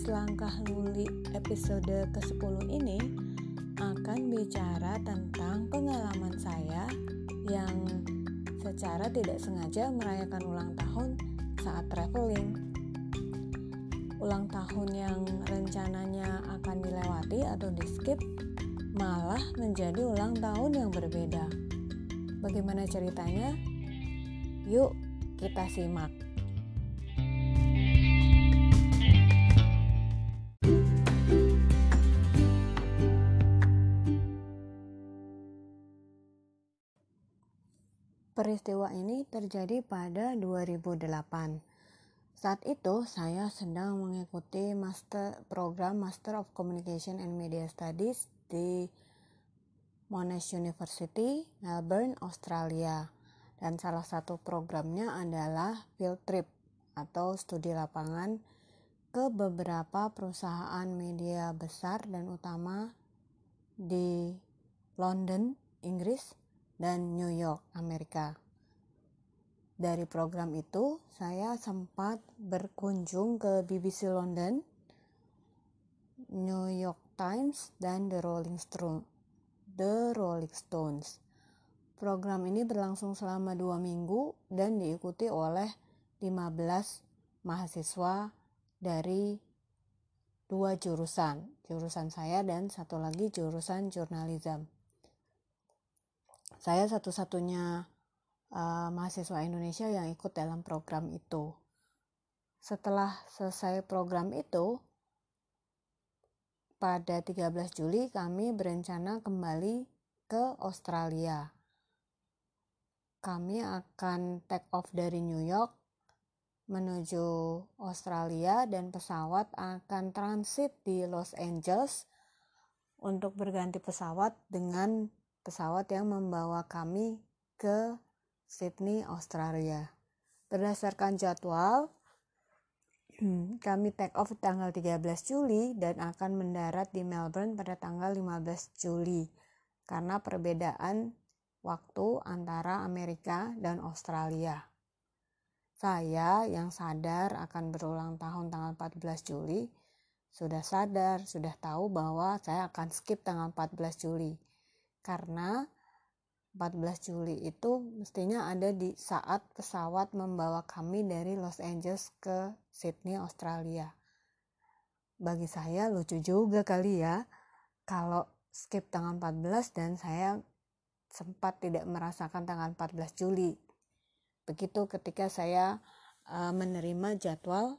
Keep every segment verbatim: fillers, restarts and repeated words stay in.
Selangkah Luli episode kesepuluh ini akan bicara tentang pengalaman saya yang secara tidak sengaja merayakan ulang tahun saat traveling. Ulang tahun yang rencananya akan dilewati atau di skip malah menjadi ulang tahun yang berbeda. Bagaimana ceritanya? Yuk kita simak. Peristiwa ini terjadi pada dua ribu delapan. Saat itu saya sedang mengikuti master program Master of Communication and Media Studies di Monash University, Melbourne, Australia. Dan salah satu programnya adalah field trip atau studi lapangan ke beberapa perusahaan media besar dan utama di London, Inggris, dan New York, Amerika. Dari program itu, saya sempat berkunjung ke B B C London, New York Times, dan The Rolling Stone, The Rolling Stones. Program ini berlangsung selama dua minggu dan diikuti oleh lima belas mahasiswa dari dua jurusan, jurusan saya dan satu lagi jurusan jurnalism. Saya satu-satunya uh, mahasiswa Indonesia yang ikut dalam program itu. Setelah selesai program itu, pada tiga belas Juli kami berencana kembali ke Australia. Kami akan take off dari New York menuju Australia dan pesawat akan transit di Los Angeles untuk berganti pesawat dengan pesawat yang membawa kami ke Sydney, Australia. Berdasarkan jadwal, kami take off tanggal tiga belas Juli dan akan mendarat di Melbourne pada tanggal lima belas Juli karena perbedaan waktu antara Amerika dan Australia. Saya yang sadar akan berulang tahun tanggal empat belas Juli, sudah sadar, sudah tahu bahwa saya akan skip tanggal empat belas Juli. Karena empat belas Juli itu mestinya ada di saat pesawat membawa kami dari Los Angeles ke Sydney, Australia. Bagi saya lucu juga kali ya kalau skip tanggal empat belas dan saya sempat tidak merasakan tanggal empat belas Juli. Begitu ketika saya uh, menerima jadwal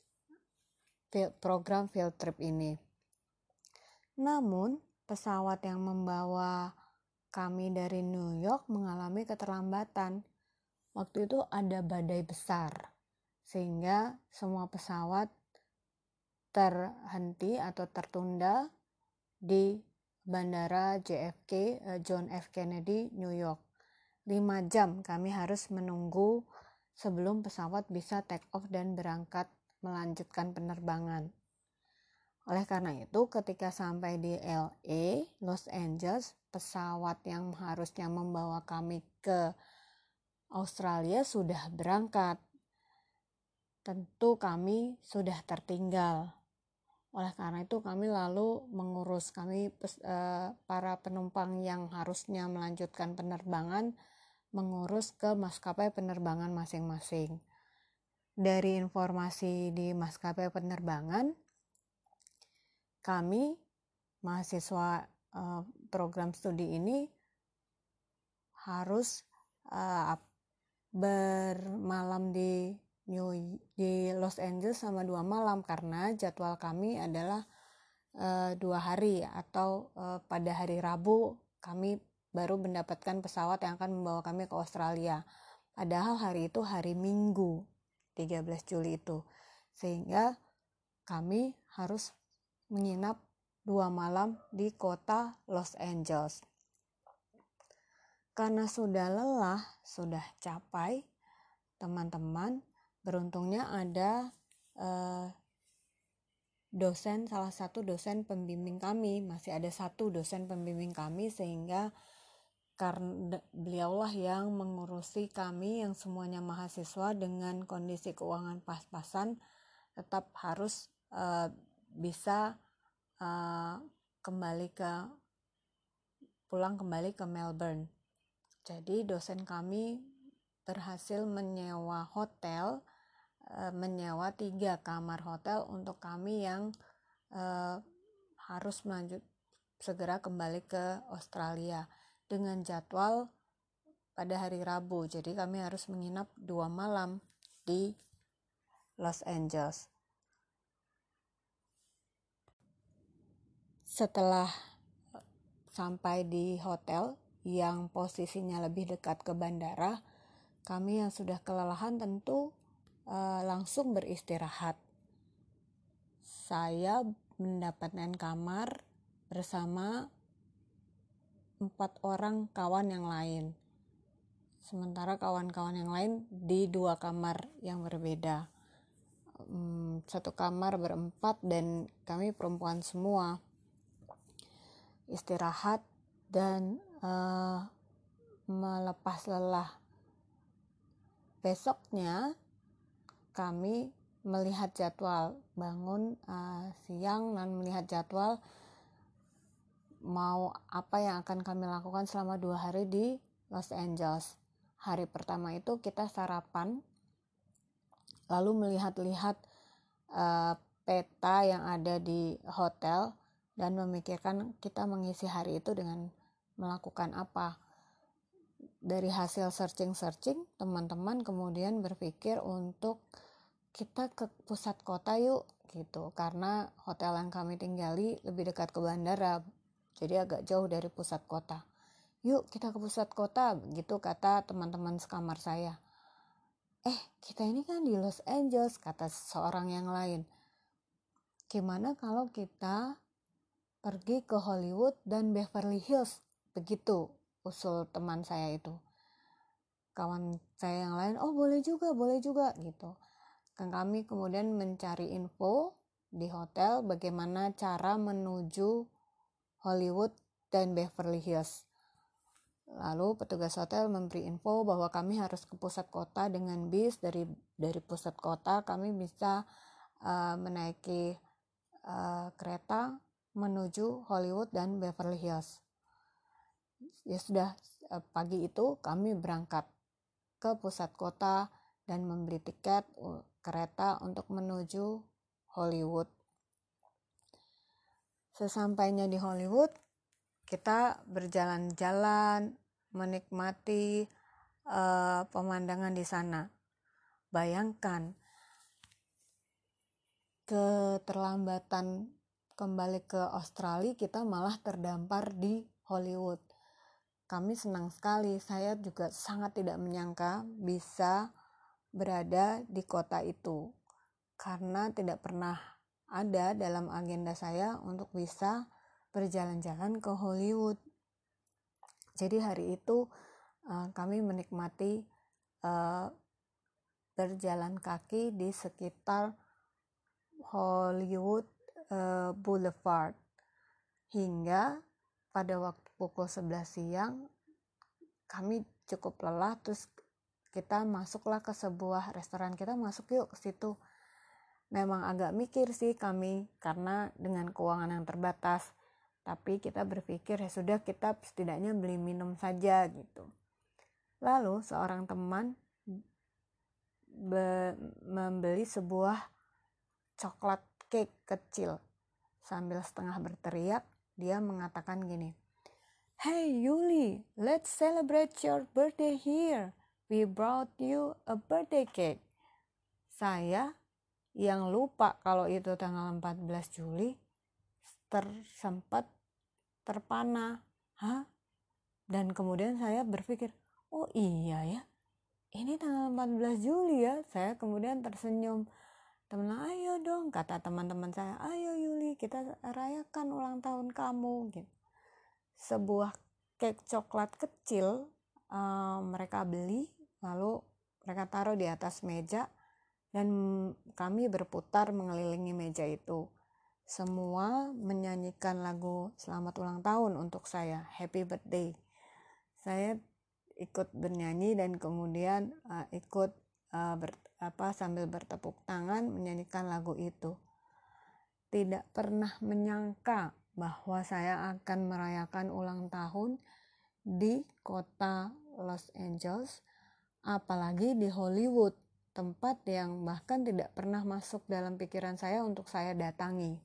program field trip ini. Namun pesawat yang membawa kami dari New York mengalami keterlambatan. Waktu itu ada badai besar, sehingga semua pesawat terhenti atau tertunda di Bandara J F K, John F. Kennedy, New York. lima jam kami harus menunggu sebelum pesawat bisa take off dan berangkat melanjutkan penerbangan. Oleh karena itu, ketika sampai di L A, Los Angeles, pesawat yang harusnya membawa kami ke Australia sudah berangkat. Tentu kami sudah tertinggal. Oleh karena itu, kami lalu mengurus kami eh, para penumpang yang harusnya melanjutkan penerbangan, mengurus ke maskapai penerbangan masing-masing. Dari informasi di maskapai penerbangan, kami mahasiswa uh, program studi ini harus uh, bermalam di New di Los Angeles sama dua malam karena jadwal kami adalah uh, dua hari atau uh, pada hari Rabu kami baru mendapatkan pesawat yang akan membawa kami ke Australia. Padahal hari itu hari Minggu tiga belas Juli itu, sehingga kami harus menginap dua malam di kota Los Angeles. Karena sudah lelah, sudah capai, teman-teman, beruntungnya ada eh, dosen, salah satu dosen pembimbing kami, masih ada satu dosen pembimbing kami, sehingga karena beliaulah yang mengurusi kami yang semuanya mahasiswa dengan kondisi keuangan pas-pasan, tetap harus uh, bisa uh, kembali ke pulang kembali ke Melbourne. Jadi dosen kami berhasil menyewa hotel, uh, menyewa tiga kamar hotel untuk kami yang uh, harus melanjut segera kembali ke Australia dengan jadwal pada hari Rabu. Jadi kami harus menginap dua malam di Los Angeles. Setelah sampai di hotel yang posisinya lebih dekat ke bandara, kami yang sudah kelelahan tentu uh, langsung beristirahat. Saya mendapatkan kamar bersama empat orang kawan yang lain. Sementara kawan-kawan yang lain di dua kamar yang berbeda. Hmm, satu kamar berempat dan kami perempuan semua. Istirahat dan uh, melepas lelah. Besoknya kami melihat jadwal, bangun uh, siang dan melihat jadwal mau apa yang akan kami lakukan selama dua hari di Los Angeles. Hari pertama itu kita sarapan, lalu melihat-lihat uh, peta yang ada di hotel dan memikirkan kita mengisi hari itu dengan melakukan apa. Dari hasil searching-searching, teman-teman kemudian berpikir untuk kita ke pusat kota yuk gitu, karena hotel yang kami tinggali lebih dekat ke bandara, jadi agak jauh dari pusat kota. Yuk kita ke pusat kota, gitu kata teman-teman sekamar saya. Eh, kita ini kan di Los Angeles, kata seorang yang lain. Gimana kalau kita pergi ke Hollywood dan Beverly Hills? Begitu usul teman saya itu. Kawan saya yang lain, oh boleh juga, boleh juga gitu. Dan kami kemudian mencari info di hotel bagaimana cara menuju Hollywood dan Beverly Hills. Lalu petugas hotel memberi info bahwa kami harus ke pusat kota dengan bis. Dari dari pusat kota kami bisa uh, menaiki uh, kereta menuju Hollywood dan Beverly Hills. Ya sudah, uh, pagi itu kami berangkat ke pusat kota dan membeli tiket uh, kereta untuk menuju Hollywood. Sesampainya di Hollywood, kita berjalan-jalan, menikmati uh, pemandangan di sana. Bayangkan keterlambatan kembali ke Australia, kita malah terdampar di Hollywood. Kami senang sekali, saya juga sangat tidak menyangka bisa berada di kota itu, karena tidak pernah ada dalam agenda saya untuk bisa berjalan-jalan ke Hollywood. Jadi hari itu uh, kami menikmati uh, berjalan kaki di sekitar Hollywood uh, Boulevard hingga pada waktu pukul sebelas siang kami cukup lelah, terus kita masuklah ke sebuah restoran. Kita masuk yuk ke situ. Memang agak mikir sih kami karena dengan keuangan yang terbatas, tapi kita berpikir ya sudah, kita setidaknya beli minum saja gitu. Lalu seorang teman be- membeli sebuah coklat cake kecil. Sambil setengah berteriak, dia mengatakan gini, "Hey Yuli, let's celebrate your birthday here. We brought you a birthday cake." Saya yang lupa kalau itu tanggal empat belas Juli tersempat terpana. Hah? Dan kemudian saya berpikir, oh iya ya, ini tanggal empat belas Juli ya. Saya kemudian tersenyum. Teman, ayo dong, kata teman-teman saya, ayo Yuli, kita rayakan ulang tahun kamu gitu. Sebuah cake coklat kecil uh, mereka beli, lalu mereka taruh di atas meja dan kami berputar mengelilingi meja itu. Semua menyanyikan lagu selamat ulang tahun untuk saya, happy birthday. Saya ikut bernyanyi dan kemudian uh, ikut uh, ber, apa sambil bertepuk tangan menyanyikan lagu itu. tidak pernah menyangka bahwa saya akan merayakan ulang tahun di kota Los Angeles, apalagi di Hollywood, tempat yang bahkan tidak pernah masuk dalam pikiran saya untuk saya datangi.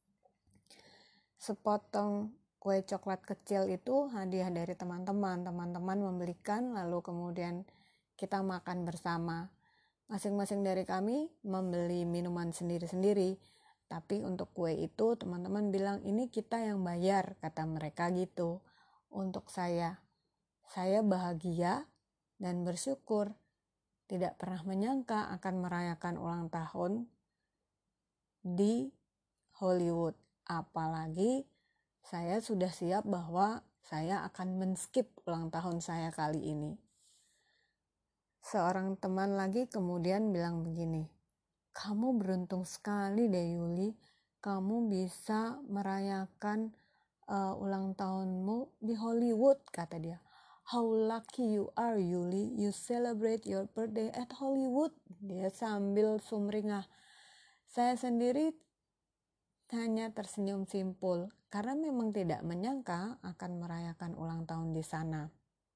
Sepotong kue coklat kecil itu hadiah dari teman-teman. Teman-teman membelikan, lalu kemudian kita makan bersama. Masing-masing dari kami membeli minuman sendiri-sendiri. Tapi untuk kue itu teman-teman bilang ini kita yang bayar, kata mereka gitu. Untuk saya, saya bahagia dan bersyukur. Tidak pernah menyangka akan merayakan ulang tahun di Hollywood. Apalagi saya sudah siap bahwa saya akan men-skip ulang tahun saya kali ini. Seorang teman lagi kemudian bilang begini, kamu beruntung sekali deh Yuli, kamu bisa merayakan uh, ulang tahunmu di Hollywood, kata dia. How lucky you are Yuli, you celebrate your birthday at Hollywood, dia sambil sumringah. Saya sendiri hanya tersenyum simpul karena memang tidak menyangka akan merayakan ulang tahun di sana.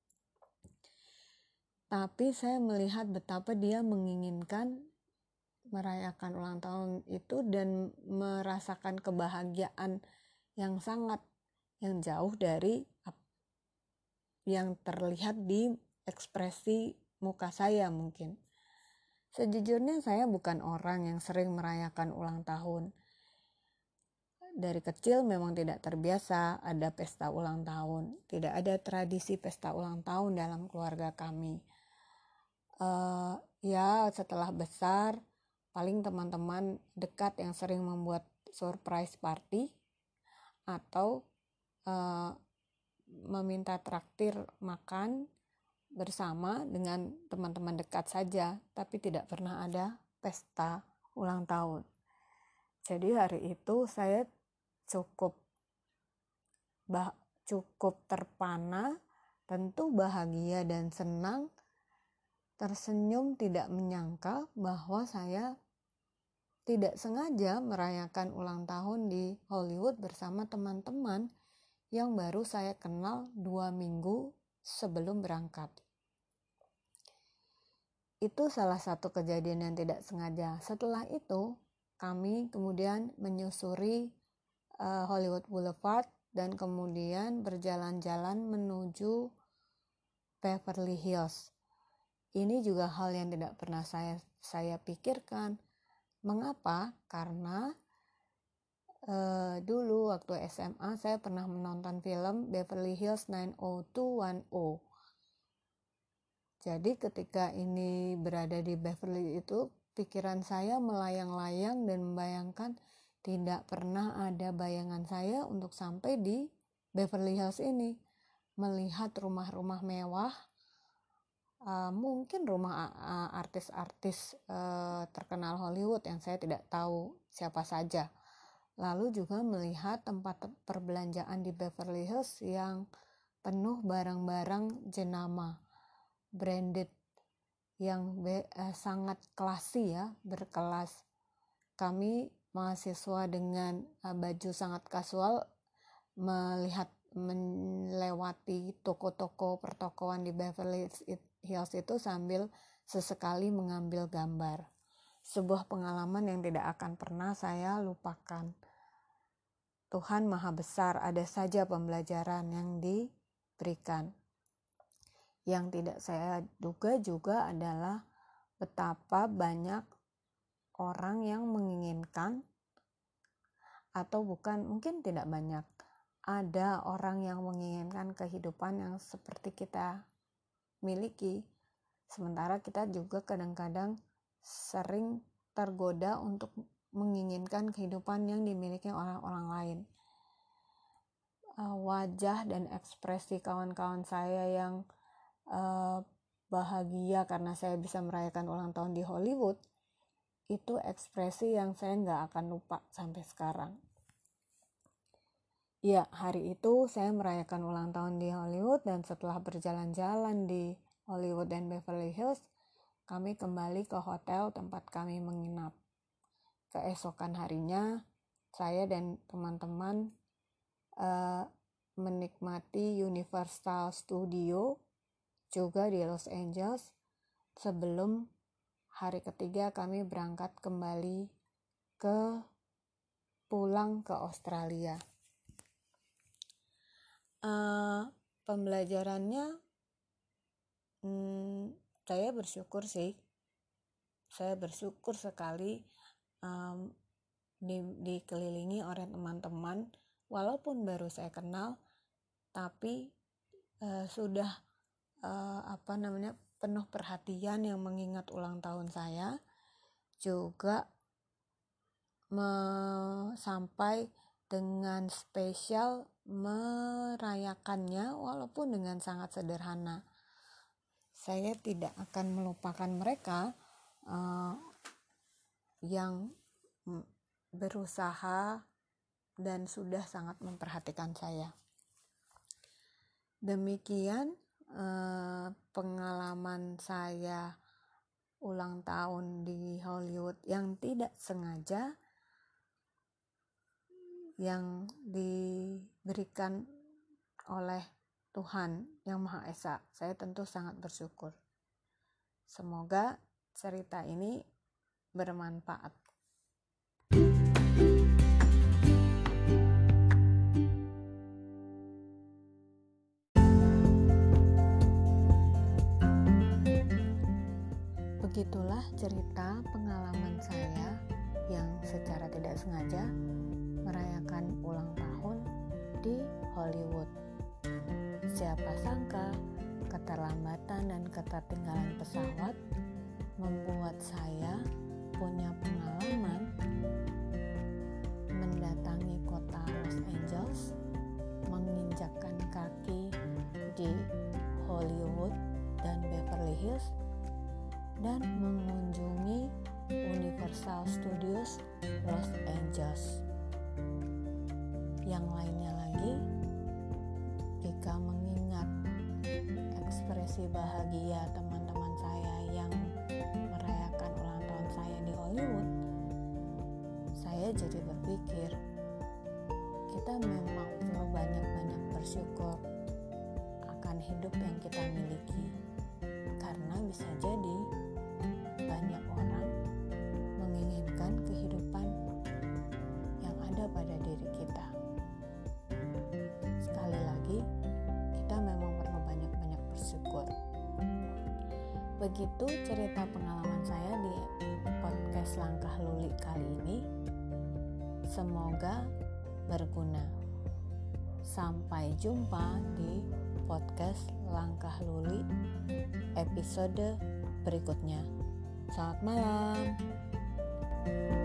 Tapi saya melihat betapa dia menginginkan merayakan ulang tahun itu dan merasakan kebahagiaan yang sangat yang jauh dari yang terlihat di ekspresi muka saya mungkin. Sejujurnya saya bukan orang yang sering merayakan ulang tahun. Dari kecil memang tidak terbiasa ada pesta ulang tahun. Tidak ada tradisi pesta ulang tahun dalam keluarga kami. Uh, ya setelah besar paling teman-teman dekat yang sering membuat surprise party atau uh, meminta traktir makan bersama dengan teman-teman dekat saja, tapi tidak pernah ada pesta ulang tahun. Jadi hari itu saya cukup bah, cukup terpana, tentu bahagia dan senang, tersenyum tidak menyangka bahwa saya tidak sengaja merayakan ulang tahun di Hollywood bersama teman-teman yang baru saya kenal dua minggu sebelum berangkat. Itu salah satu kejadian yang tidak sengaja. Setelah itu, kami kemudian menyusuri uh, Hollywood Boulevard dan kemudian berjalan-jalan menuju Beverly Hills. Ini juga hal yang tidak pernah saya saya pikirkan. Mengapa? Karena uh, dulu waktu S M A saya pernah menonton film Beverly Hills nine oh two one oh. Jadi ketika ini berada di Beverly itu, pikiran saya melayang-layang dan membayangkan tidak pernah ada bayangan saya untuk sampai di Beverly Hills ini. Melihat rumah-rumah mewah, uh, mungkin rumah uh, artis-artis uh, terkenal Hollywood yang saya tidak tahu siapa saja. Lalu juga melihat tempat perbelanjaan di Beverly Hills yang penuh barang-barang jenama, branded, yang be, eh, sangat klasi ya, berkelas. Kami mahasiswa dengan eh, baju sangat kasual melihat melewati toko-toko pertokoan di Beverly Hills itu sambil sesekali mengambil gambar. Sebuah pengalaman yang tidak akan pernah saya lupakan. Tuhan Maha Besar, ada saja pembelajaran yang diberikan. Yang tidak saya duga juga adalah betapa banyak orang yang menginginkan, atau bukan, mungkin tidak banyak, ada orang yang menginginkan kehidupan yang seperti kita miliki, sementara kita juga kadang-kadang sering tergoda untuk menginginkan kehidupan yang dimiliki orang-orang lain. Uh, wajah dan ekspresi kawan-kawan saya yang uh, bahagia karena saya bisa merayakan ulang tahun di Hollywood, itu ekspresi yang saya nggak akan lupa sampai sekarang. Ya, hari itu saya merayakan ulang tahun di Hollywood, dan setelah berjalan-jalan di Hollywood dan Beverly Hills, kami kembali ke hotel tempat kami menginap. Keesokan harinya, saya dan teman-teman uh, menikmati Universal Studio juga di Los Angeles sebelum hari ketiga kami berangkat kembali ke pulang ke Australia. Uh, pembelajarannya hmm, saya bersyukur sih. Saya bersyukur sekali um, di, dikelilingi oleh teman-teman, walaupun baru saya kenal, tapi uh, sudah uh, apa namanya penuh perhatian yang mengingat ulang tahun saya, juga me- sampai dengan spesial merayakannya walaupun dengan sangat sederhana. Saya tidak akan melupakan mereka uh, yang berusaha dan sudah sangat memperhatikan saya. Demikian uh, pengalaman saya ulang tahun di Hollywood yang tidak sengaja, yang diberikan oleh Tuhan Yang Maha Esa. Saya tentu sangat bersyukur. Semoga cerita ini bermanfaat. Begitulah cerita pengalaman saya yang secara tidak sengaja merayakan ulang tahun di Hollywood. Siapa sangka keterlambatan dan ketertinggalan pesawat membuat saya punya pengalaman mendatangi kota Los Angeles, menginjakkan kaki di Hollywood dan Beverly Hills, dan mengunjungi Universal Studios Los Angeles. Yang lainnya lagi, jika mengingat ekspresi bahagia teman-teman saya yang merayakan ulang tahun saya di Hollywood, saya jadi berpikir, kita memang perlu banyak-banyak bersyukur akan hidup yang kita miliki, karena bisa jadi banyak orang menginginkan kehidupan yang ada pada diri kita. Sekali lagi, kita memang perlu banyak-banyak bersyukur. Begitu cerita pengalaman saya di podcast Langkah Luli kali ini. Semoga berguna. Sampai jumpa di podcast Langkah Luli episode berikutnya. Selamat malam.